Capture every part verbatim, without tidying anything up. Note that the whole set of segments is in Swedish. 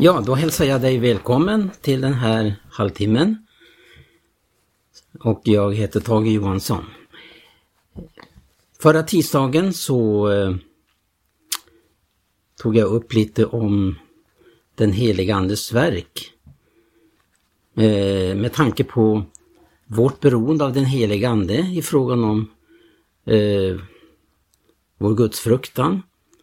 Ja, då hälsar jag dig välkommen till den här halvtimmen. Och jag heter Tage Johansson. Förra tisdagen så eh, tog jag upp lite om den heliga Andes verk. Eh, med tanke på vårt beroende av den heliga Ande i frågan om eh, vår gudsfruktan.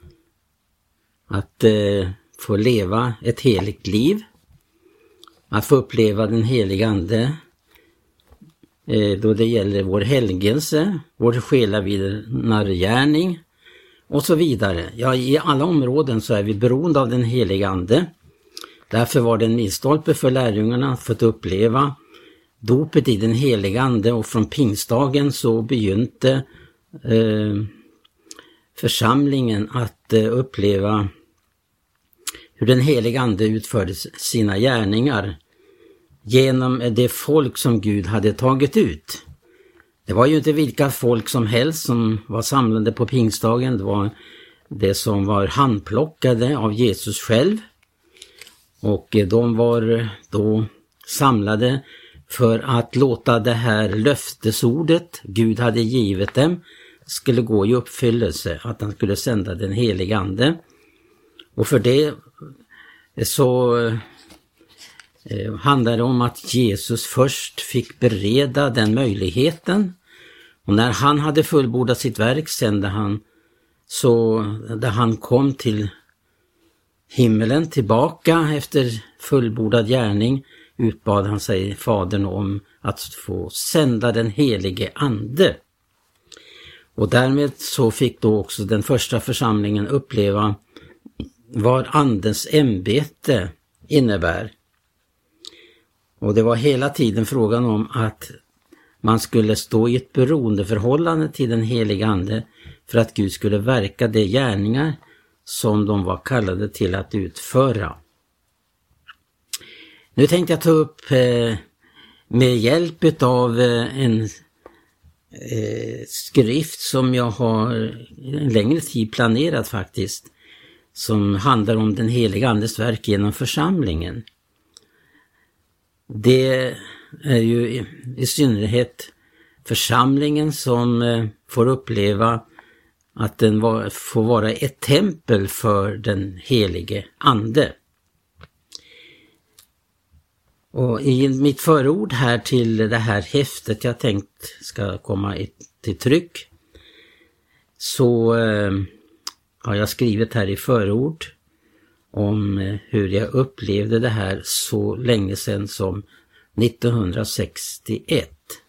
Att eh, få leva ett heligt liv. Att få uppleva den heliga Ande eh, då det gäller vår helgelse, vår själavigernargärning och så vidare. Ja, i alla områden så är vi beroende av den heliga Ande. Därför var det en milstolpe för lärjungarna att få uppleva dopet i den heliga Ande, och från pingstdagen så begynte eh, församlingen att eh, uppleva hur den heliga Ande utförde sina gärningar genom det folk som Gud hade tagit ut. Det var ju inte vilka folk som helst som var samlade på pingstdagen, det var det som var handplockade av Jesus själv. Och de var då samlade för att låta det här löftesordet Gud hade givit dem skulle gå i uppfyllelse, att han skulle sända den heliga Ande. Och för det så eh, handlar det om att Jesus först fick bereda den möjligheten. Och när han hade fullbordat sitt verk sände han, så där han kom till himmelen tillbaka efter fullbordad gärning, utbad han sig Fadern om att få sända den helige Ande. Och därmed så fick då också den första församlingen uppleva vad Andens ämbete innebär. Och det var hela tiden frågan om att man skulle stå i ett beroendeförhållande till den heliga Ande för att Gud skulle verka de gärningar som de var kallade till att utföra. Nu tänkte jag ta upp eh, med hjälp av eh, en eh, skrift som jag har en längre tid planerat faktiskt, som handlar om den heliga Andes verk genom församlingen. Det är ju i, i synnerhet församlingen som eh, får uppleva att den var, får vara ett tempel för den helige Ande. Och i mitt förord här till det här häftet jag tänkt ska komma i, till tryck, så eh, har jag skrivit här i förord om eh, hur jag upplevde det här så länge sedan som nittonhundrasextioett.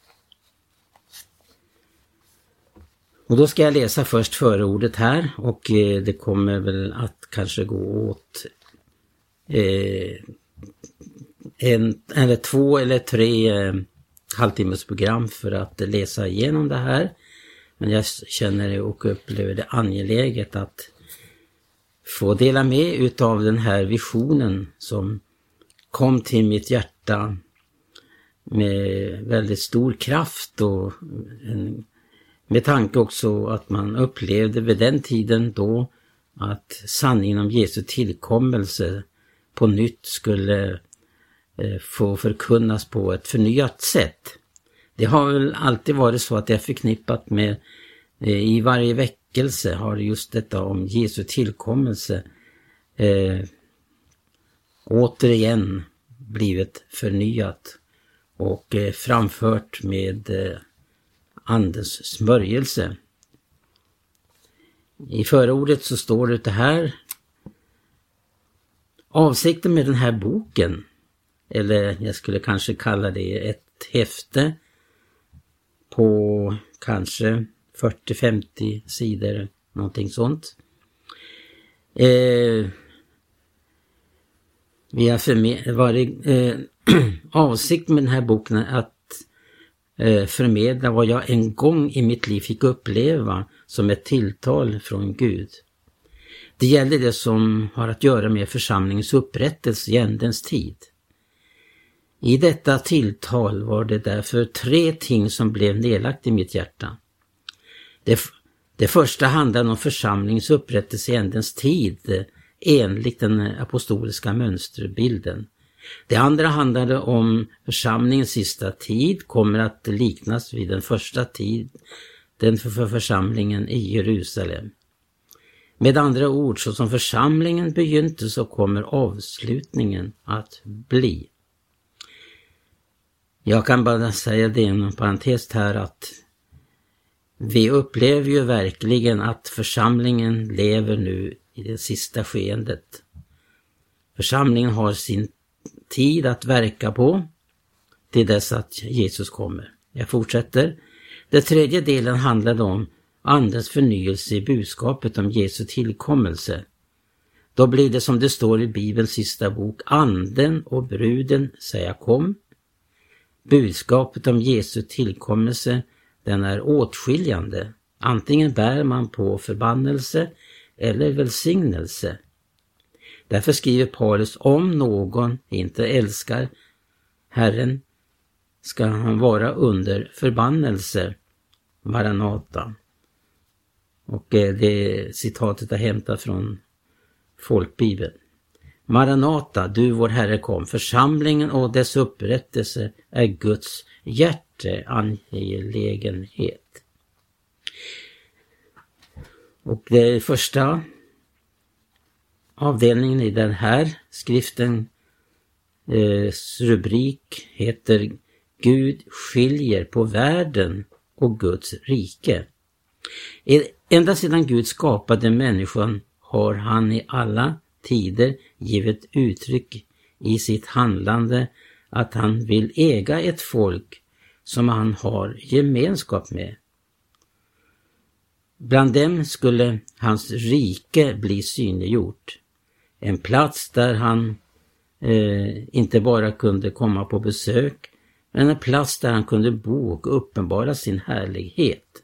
Och då ska jag läsa först förordet här, och eh, det kommer väl att kanske gå åt eh, en eller två eller tre eh, halvtimmesprogram för att läsa igenom det här. Men jag känner och upplever det angeläget att få dela med utav den här visionen som kom till mitt hjärta med väldigt stor kraft, och en, med tanke också att man upplevde vid den tiden då att sanningen om Jesu tillkommelse på nytt skulle eh, få förkunnas på ett förnyat sätt. Det har väl alltid varit så att det är förknippat med, eh, i varje väckelse har just detta om Jesu tillkommelse eh, återigen blivit förnyat och eh, framfört med eh, Andens smörjelse. I förordet så står det här: avsikten med den här boken, eller jag skulle kanske kalla det ett häfte på kanske fyrtio femtio sidor, någonting sånt. Eh, vi har förmed- varit, eh, avsikt med den här boken är att eh, förmedla vad jag en gång i mitt liv fick uppleva som ett tilltal från Gud. Det gäller det som har att göra med församlingens upprättelse i ändens tid. I detta tilltal var det därför tre ting som blev nedlagt i mitt hjärta. Det, det första handlar om församlingens upprättelse i ändens tid, enligt den apostoliska mönsterbilden. Det andra handlade om församlingens sista tid, kommer att liknas vid den första tiden för församlingen i Jerusalem. Med andra ord, så som församlingen begynte så kommer avslutningen att bli. Jag kan bara säga det inom parentes här att vi upplever ju verkligen att församlingen lever nu i det sista skeendet. Församlingen har sin tid att verka på till dess att Jesus kommer. Jag fortsätter. Den tredje delen handlade om andens förnyelse i budskapet om Jesu tillkommelse. Då blir det som det står i Bibelns sista bok, anden och bruden säga kom. Budskapet om Jesu tillkommelse, den är åtskiljande. Antingen bär man på förbannelse eller välsignelse. Därför skriver Paulus, om någon inte älskar Herren ska han vara under förbannelse. Maranata. Och det citatet är hämtat från folkbibeln. Maranata, du vår Herre kom. Församlingen och dess upprättelse är Guds hjärteangelägenhet. Och det första avdelningen i den här skriften eh, rubrik heter Gud skiljer på världen och Guds rike. Ända sedan Gud skapade människan har han i alla tider givit uttryck i sitt handlande att han vill äga ett folk som han har gemenskap med. Bland dem skulle hans rike bli synliggjort. En plats där han eh, inte bara kunde komma på besök, men en plats där han kunde bo och uppenbara sin härlighet.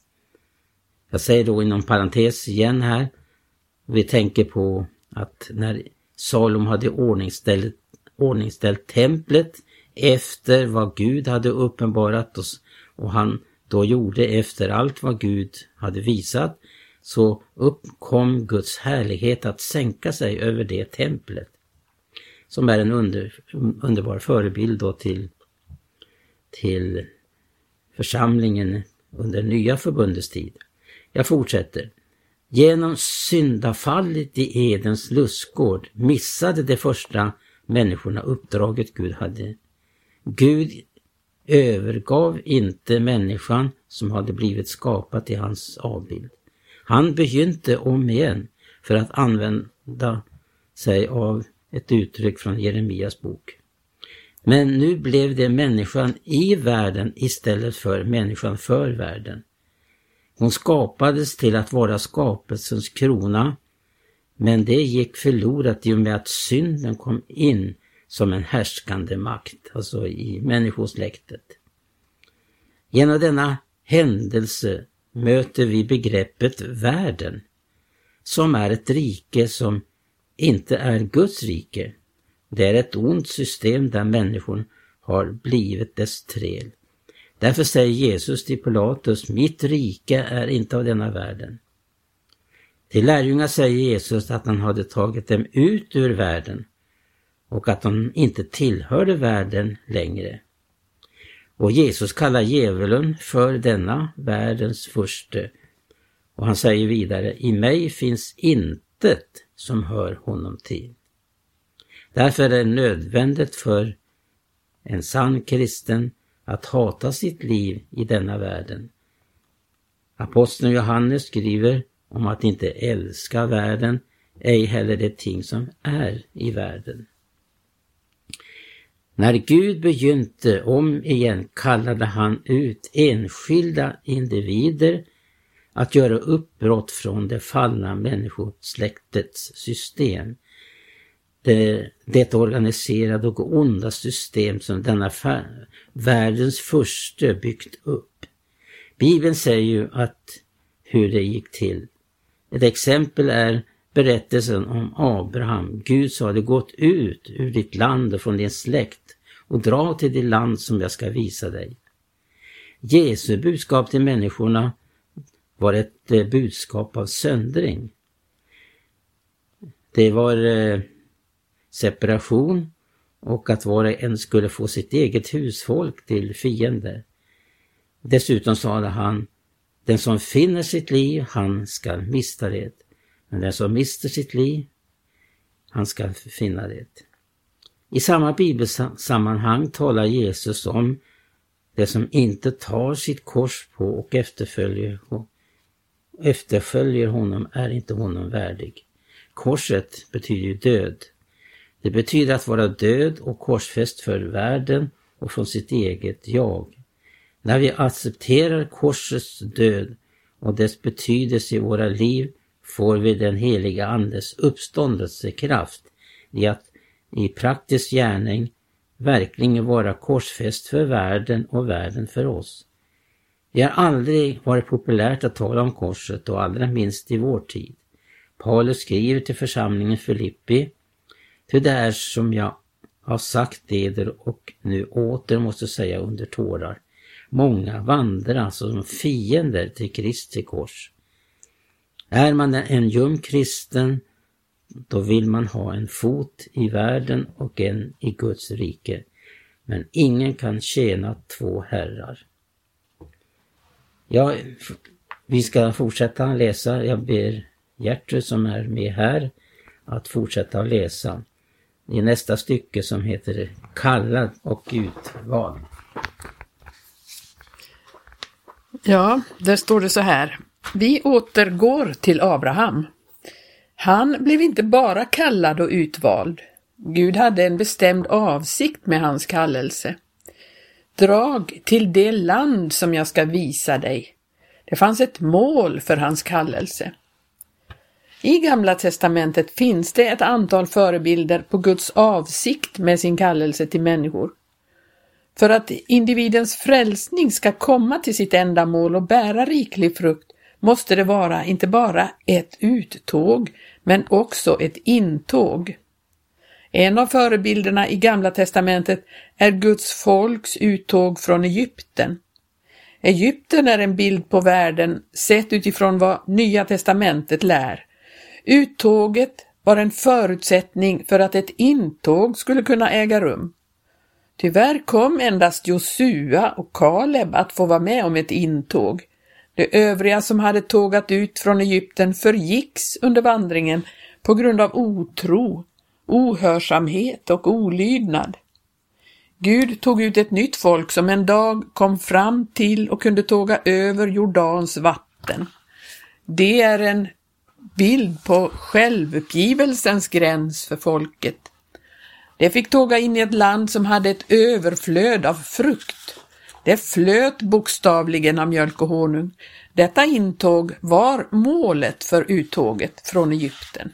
Jag säger då inom parentes igen här, vi tänker på att när Salom hade ordningställt, ordningställt templet efter vad Gud hade uppenbarat oss och han då gjorde efter allt vad Gud hade visat, så uppkom Guds härlighet att sänka sig över det templet. Som är en under, underbar förebild då till, till församlingen under nya förbundets tid. Jag fortsätter. Genom syndafallet i Edens lustgård missade de första människorna uppdraget Gud hade. Gud övergav inte människan som hade blivit skapad i hans avbild. Han begynte om igen för att använda sig av ett uttryck från Jeremias bok. Men nu blev det människan i världen istället för människan för världen. Hon skapades till att vara skapelsens krona, men det gick förlorat i och med att synden kom in som en härskande makt, alltså i människosläktet. Genom denna händelse möter vi begreppet världen, som är ett rike som inte är Guds rike. Det är ett ont system där människor har blivit dess träl. Därför säger Jesus till Pilatus, mitt rike är inte av denna världen. Till lärjungar säger Jesus att han hade tagit dem ut ur världen och att de inte tillhörde världen längre. Och Jesus kallar djävulen för denna världens furste. Och han säger vidare, i mig finns intet som hör honom till. Därför är det nödvändigt för en sann kristen att hata sitt liv i denna världen. Aposteln Johannes skriver om att inte älska världen, ej heller det ting som är i världen. När Gud begynte om igen kallade han ut enskilda individer att göra uppbrott från det fallna människosläktets system. Det, det organiserade och onda system som denna världens furste byggt upp. Bibeln säger ju att hur det gick till. Ett exempel är berättelsen om Abraham. Gud sa det gått ut ur ditt land och från din släkt och dra till det land som jag ska visa dig. Jesu budskap till människorna var ett budskap av söndring. det var eh, separation och att var och en skulle få sitt eget husfolk till fiender. Dessutom sade han, den som finner sitt liv, han ska mista det. Men den som mister sitt liv, han ska finna det. I samma bibelsammanhang talar Jesus om det som inte tar sitt kors på och efterföljer, och efterföljer honom är inte honom värdig. Korset betyder död. Det betyder att vara död och korsfäst för världen och från sitt eget jag. När vi accepterar korsets död och dess betydelse i våra liv får vi den heliga andes uppståndelsekraft i att i praktisk gärning verkligen vara korsfäst för världen och världen för oss. Det har aldrig varit populärt att tala om korset och allra minst i vår tid. Paulus skriver till församlingen Filippi, till det är som jag har sagt eder och nu åter måste säga under tårar. Många vandrar som fiender till Kristi kors. Är man en ljum kristen, då vill man ha en fot i världen och en i Guds rike. Men ingen kan tjäna två herrar. Ja, vi ska fortsätta läsa. Jag ber Gertrud som är med här att fortsätta att läsa. I nästa stycke som heter Kallad och utvald. Ja, där står det så här. Vi återgår till Abraham. Han blev inte bara kallad och utvald. Gud hade en bestämd avsikt med hans kallelse. Drag till det land som jag ska visa dig. Det fanns ett mål för hans kallelse. I Gamla testamentet finns det ett antal förebilder på Guds avsikt med sin kallelse till människor. För att individens frälsning ska komma till sitt ändamål och bära riklig frukt måste det vara inte bara ett uttåg men också ett intåg. En av förebilderna i Gamla testamentet är Guds folks uttåg från Egypten. Egypten är en bild på världen sett utifrån vad Nya testamentet lär. Uttåget var en förutsättning för att ett intåg skulle kunna äga rum. Tyvärr kom endast Josua och Kaleb att få vara med om ett intåg. De övriga som hade tågat ut från Egypten förgicks under vandringen på grund av otro, ohörsamhet och olydnad. Gud tog ut ett nytt folk som en dag kom fram till och kunde tåga över Jordans vatten. Det är en bild på självuppgivelsens gräns för folket. Det fick tåga in i ett land som hade ett överflöd av frukt. Det flöt bokstavligen av mjölk och honung. Detta intåg var målet för uttåget från Egypten.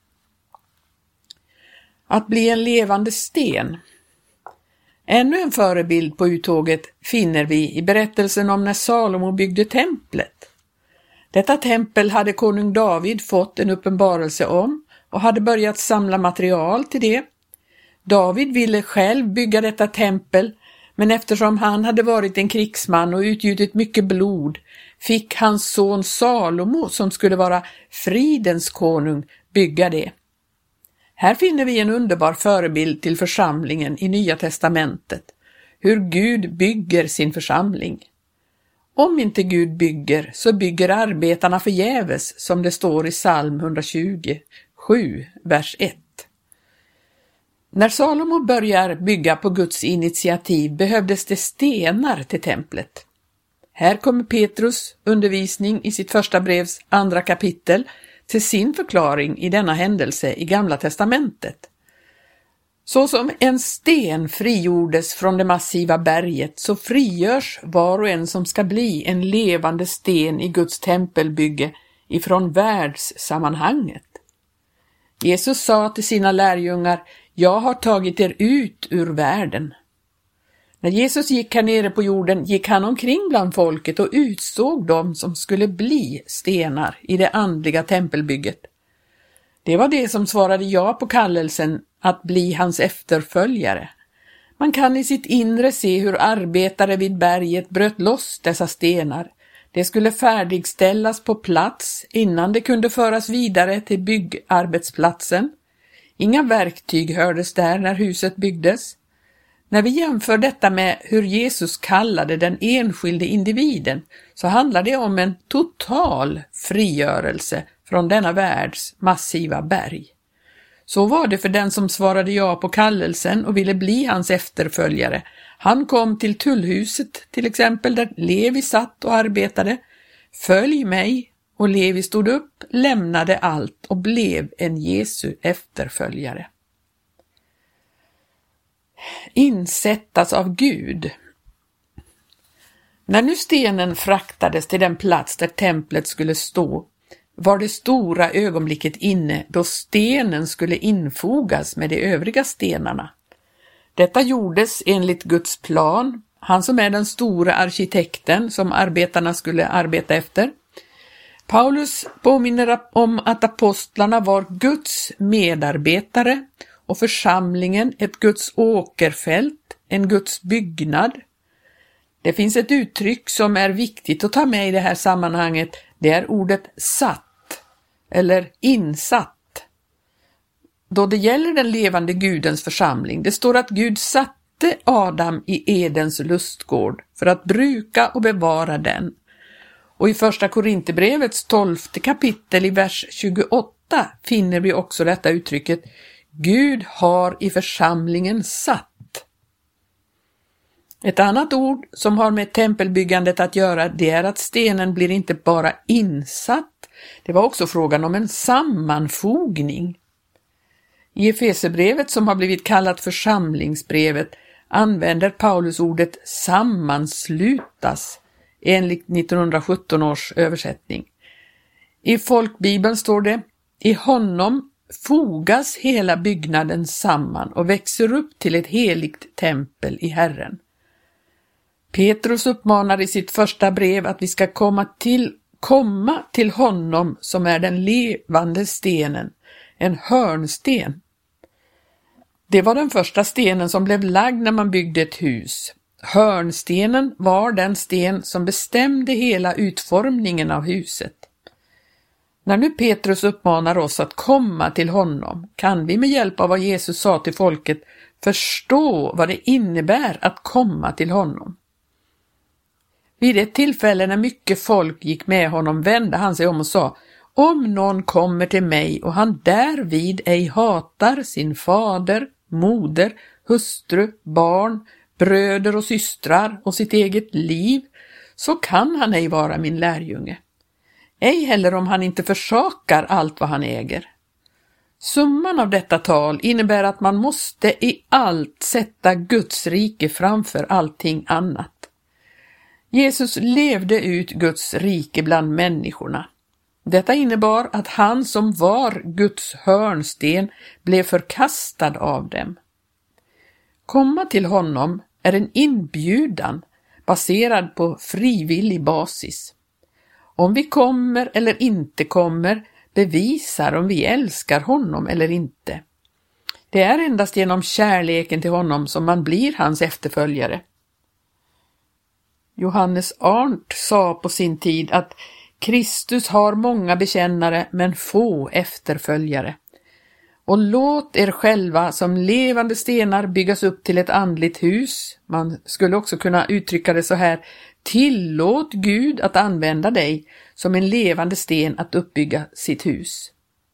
Att bli en levande sten. Ännu en förebild på uttåget finner vi i berättelsen om när Salomo byggde templet. Detta tempel hade konung David fått en uppenbarelse om och hade börjat samla material till det. David ville själv bygga detta tempel, men eftersom han hade varit en krigsman och utgjutit mycket blod fick hans son Salomo, som skulle vara fridens konung, bygga det. Här finner vi en underbar förebild till församlingen i Nya testamentet, hur Gud bygger sin församling. Om inte Gud bygger så bygger arbetarna förgäves, som det står i psalm etthundratjugo, sju, vers ett. När Salomo börjar bygga på Guds initiativ behövdes det stenar till templet. Här kommer Petrus undervisning i sitt första brevs andra kapitel till sin förklaring i denna händelse i Gamla testamentet. Så som en sten frigjordes från det massiva berget så frigörs var och en som ska bli en levande sten i Guds tempelbygge ifrån världssammanhanget. Jesus sa till sina lärjungar: jag har tagit er ut ur världen. När Jesus gick här nere på jorden gick han omkring bland folket och utsåg dem som skulle bli stenar i det andliga tempelbygget. Det var det som svarade ja på kallelsen att bli hans efterföljare. Man kan i sitt inre se hur arbetare vid berget bröt loss dessa stenar. Det skulle färdigställas på plats innan det kunde föras vidare till byggarbetsplatsen. Inga verktyg hördes där när huset byggdes. När vi jämför detta med hur Jesus kallade den enskilde individen så handlar det om en total frigörelse från denna världs massiva berg. Så var det för den som svarade ja på kallelsen och ville bli hans efterföljare. Han kom till tullhuset till exempel där Levi satt och arbetade. Följ mig, och Levi stod upp, lämnade allt och blev en Jesu efterföljare. Insättas av Gud. När nu stenen fraktades till den plats där templet skulle stå var det stora ögonblicket inne då stenen skulle infogas med de övriga stenarna. Detta gjordes enligt Guds plan, han som är den stora arkitekten som arbetarna skulle arbeta efter. Paulus påminner om att apostlarna var Guds medarbetare och församlingen ett Guds åkerfält, en Guds byggnad. Det finns ett uttryck som är viktigt att ta med i det här sammanhanget. Det är ordet satt eller insatt. Då det gäller den levande Gudens församling, det står att Gud satte Adam i Edens lustgård för att bruka och bevara den. Och i första Korinthierbrevets tolfte kapitel i vers tjugoåtta finner vi också detta uttrycket: Gud har i församlingen satt. Ett annat ord som har med tempelbyggandet att göra, det är att stenen blir inte bara insatt, det var också frågan om en sammanfogning. I Efesierbrevet, som har blivit kallat församlingsbrevet, använder Paulus ordet sammanslutas enligt nittonhundrasjutton års översättning. I folkbibeln står det: i honom fogas hela byggnaden samman och växer upp till ett heligt tempel i Herren. Petrus uppmanar i sitt första brev att vi ska komma till, komma till honom som är den levande stenen, en hörnsten. Det var den första stenen som blev lagd när man byggde ett hus. Hörnstenen var den sten som bestämde hela utformningen av huset. När nu Petrus uppmanar oss att komma till honom kan vi med hjälp av vad Jesus sa till folket förstå vad det innebär att komma till honom. Vid ett tillfälle när mycket folk gick med honom vände han sig om och sa: om någon kommer till mig och han därvid ej hatar sin fader, moder, hustru, barn, bröder och systrar och sitt eget liv, så kan han ej vara min lärjunge. Ej heller om han inte försakar allt vad han äger. Summan av detta tal innebär att man måste i allt sätta Guds rike framför allting annat. Jesus levde ut Guds rike bland människorna. Detta innebar att han som var Guds hörnsten blev förkastad av dem. Komma till honom är en inbjudan baserad på frivillig basis. Om vi kommer eller inte kommer bevisar om vi älskar honom eller inte. Det är endast genom kärleken till honom som man blir hans efterföljare. Johannes Arndt sa på sin tid att Kristus har många bekännare men få efterföljare. Och låt er själva som levande stenar byggas upp till ett andligt hus. Man skulle också kunna uttrycka det så här: tillåt Gud att använda dig som en levande sten att uppbygga sitt hus.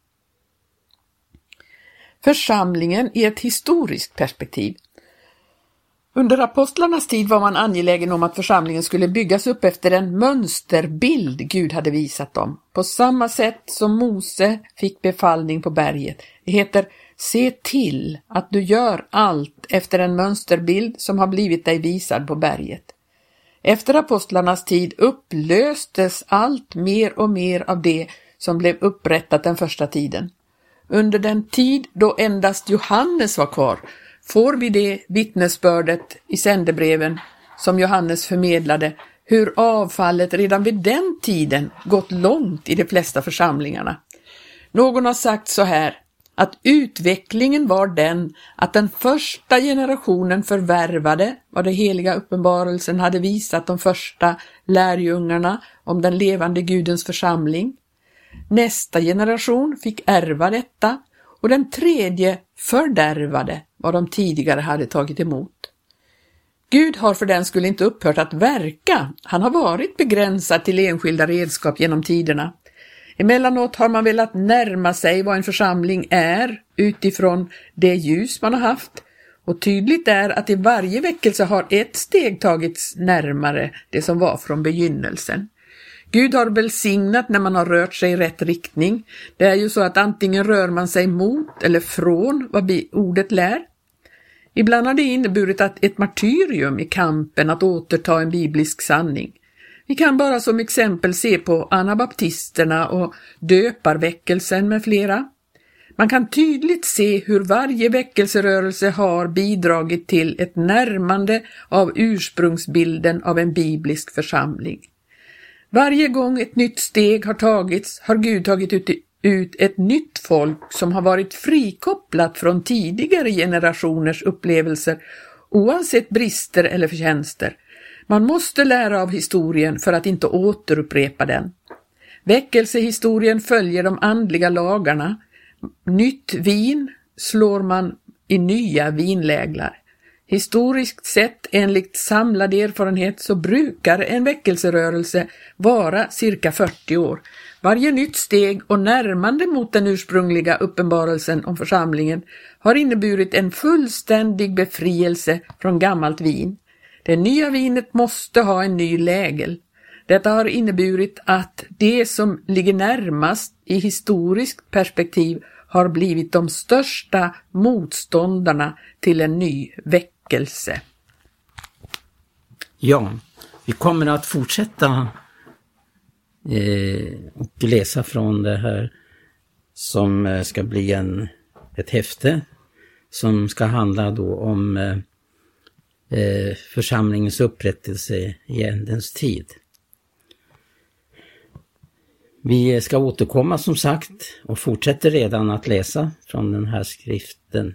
Församlingen i ett historiskt perspektiv. Under apostlarnas tid var man angelägen om att församlingen skulle byggas upp efter en mönsterbild Gud hade visat dem. På samma sätt som Mose fick befallning på berget. Det heter: se till att du gör allt efter en mönsterbild som har blivit dig visad på berget. Efter apostlarnas tid upplöstes allt mer och mer av det som blev upprättat den första tiden. Under den tid då endast Johannes var kvar får vi det vittnesbördet i sändebreven som Johannes förmedlade, hur avfallet redan vid den tiden gått långt i de flesta församlingarna. Någon har sagt så här, att utvecklingen var den att den första generationen förvärvade vad det heliga uppenbarelsen hade visat de första lärjungarna om den levande Gudens församling. Nästa generation fick ärva detta och den tredje fördärvade vad de tidigare hade tagit emot. Gud har för den skulle inte upphört att verka. Han har varit begränsad till enskilda redskap genom tiderna. Emellanåt har man velat närma sig vad en församling är utifrån det ljus man har haft. Och tydligt är att i varje väckelse har ett steg tagits närmare det som var från begynnelsen. Gud har välsignat när man har rört sig i rätt riktning. Det är ju så att antingen rör man sig mot eller från vad ordet lär. Ibland har det inneburit att ett martyrium i kampen att återta en biblisk sanning. Vi kan bara som exempel se på anabaptisterna och döparväckelsen med flera. Man kan tydligt se hur varje väckelserörelse har bidragit till ett närmande av ursprungsbilden av en biblisk församling. Varje gång ett nytt steg har tagits har Gud tagit ut, ut ett nytt folk som har varit frikopplat från tidigare generationers upplevelser oavsett brister eller förtjänster. Man måste lära av historien för att inte återupprepa den. Väckelsehistorien följer de andliga lagarna. Nytt vin slår man i nya vinläglar. Historiskt sett, enligt samlad erfarenhet, så brukar en väckelserörelse vara cirka fyrtio år. Varje nytt steg och närmande mot den ursprungliga uppenbarelsen om församlingen har inneburit en fullständig befrielse från gammalt vin. Det nya vinet måste ha en ny lägel. Detta har inneburit att det som ligger närmast i historiskt perspektiv har blivit de största motståndarna till en ny väckelse. Ja, vi kommer att fortsätta eh, och läsa från det här som ska bli en, ett häfte som ska handla då om eh, församlingens upprättelse i ändens tid. Vi ska återkomma som sagt och fortsätter redan att läsa från den här skriften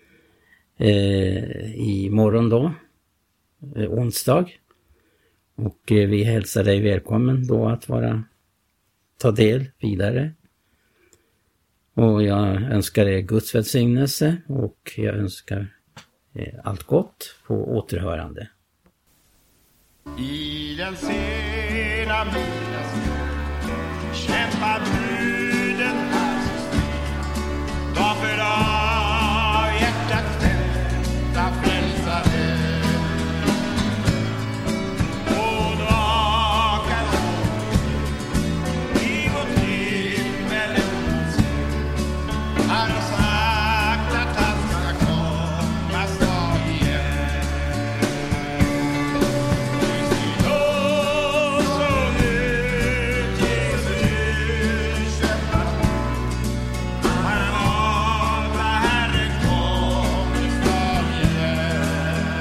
eh, i morgon då, eh, onsdag. Och eh, vi hälsar dig välkommen då att vara, ta del vidare. Och jag önskar er Guds välsignelse och jag önskar eh, allt gott på återhörande. I den sena middagsstund kämpar bruden här så strid. Dag för dag hjärtat väntar frälsare. Och drakar i vårt himmelens ljus. Han har sagt att han ska komma snart igen. Då så ut Jesus kämpar. Han har vad Herren kommer snart igen.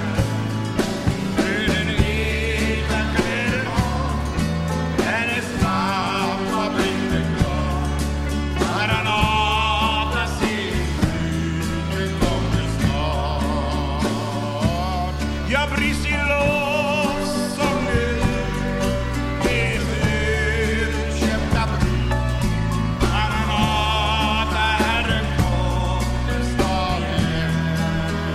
Bruden vita kläder har, hennes mamma brinner klar. Maranata, se du kommer snart. Jag bryr sin lovsånger, Jesus kämpar brud. Maranata, Herren kommer snart igen.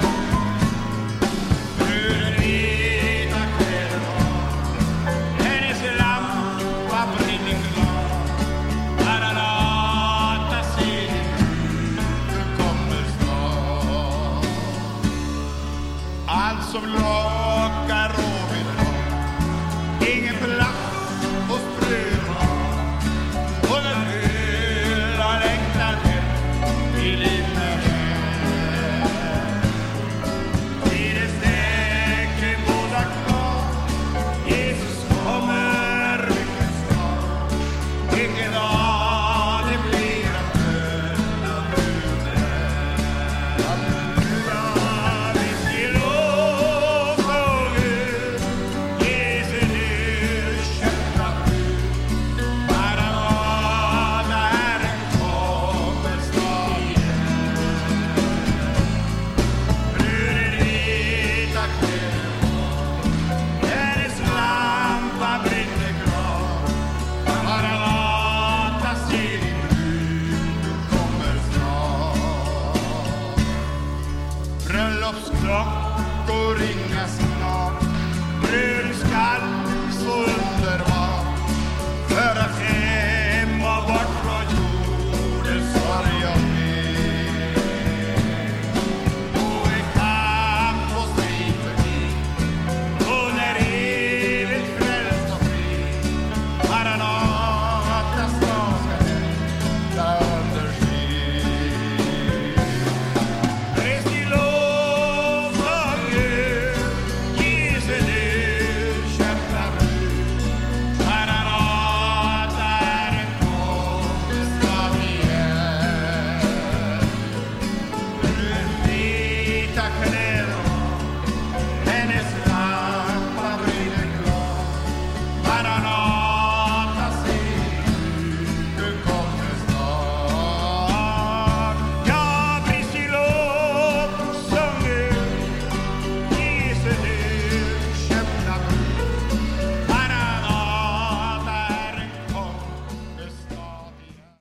Bruden vita kläder har, hennes lampa brinner klar. Maranata, se du kommer snart. Allt som lockar och vill ha, ingen plats hos bruden. Och den hela längtan hem i livet. I det säkert båda kvar, Jesus kommer mycket snart. Vilken dag det blir att möta bruden. Halleluja, vi ska lovsånger, klockor ringa snart. Bröd skall så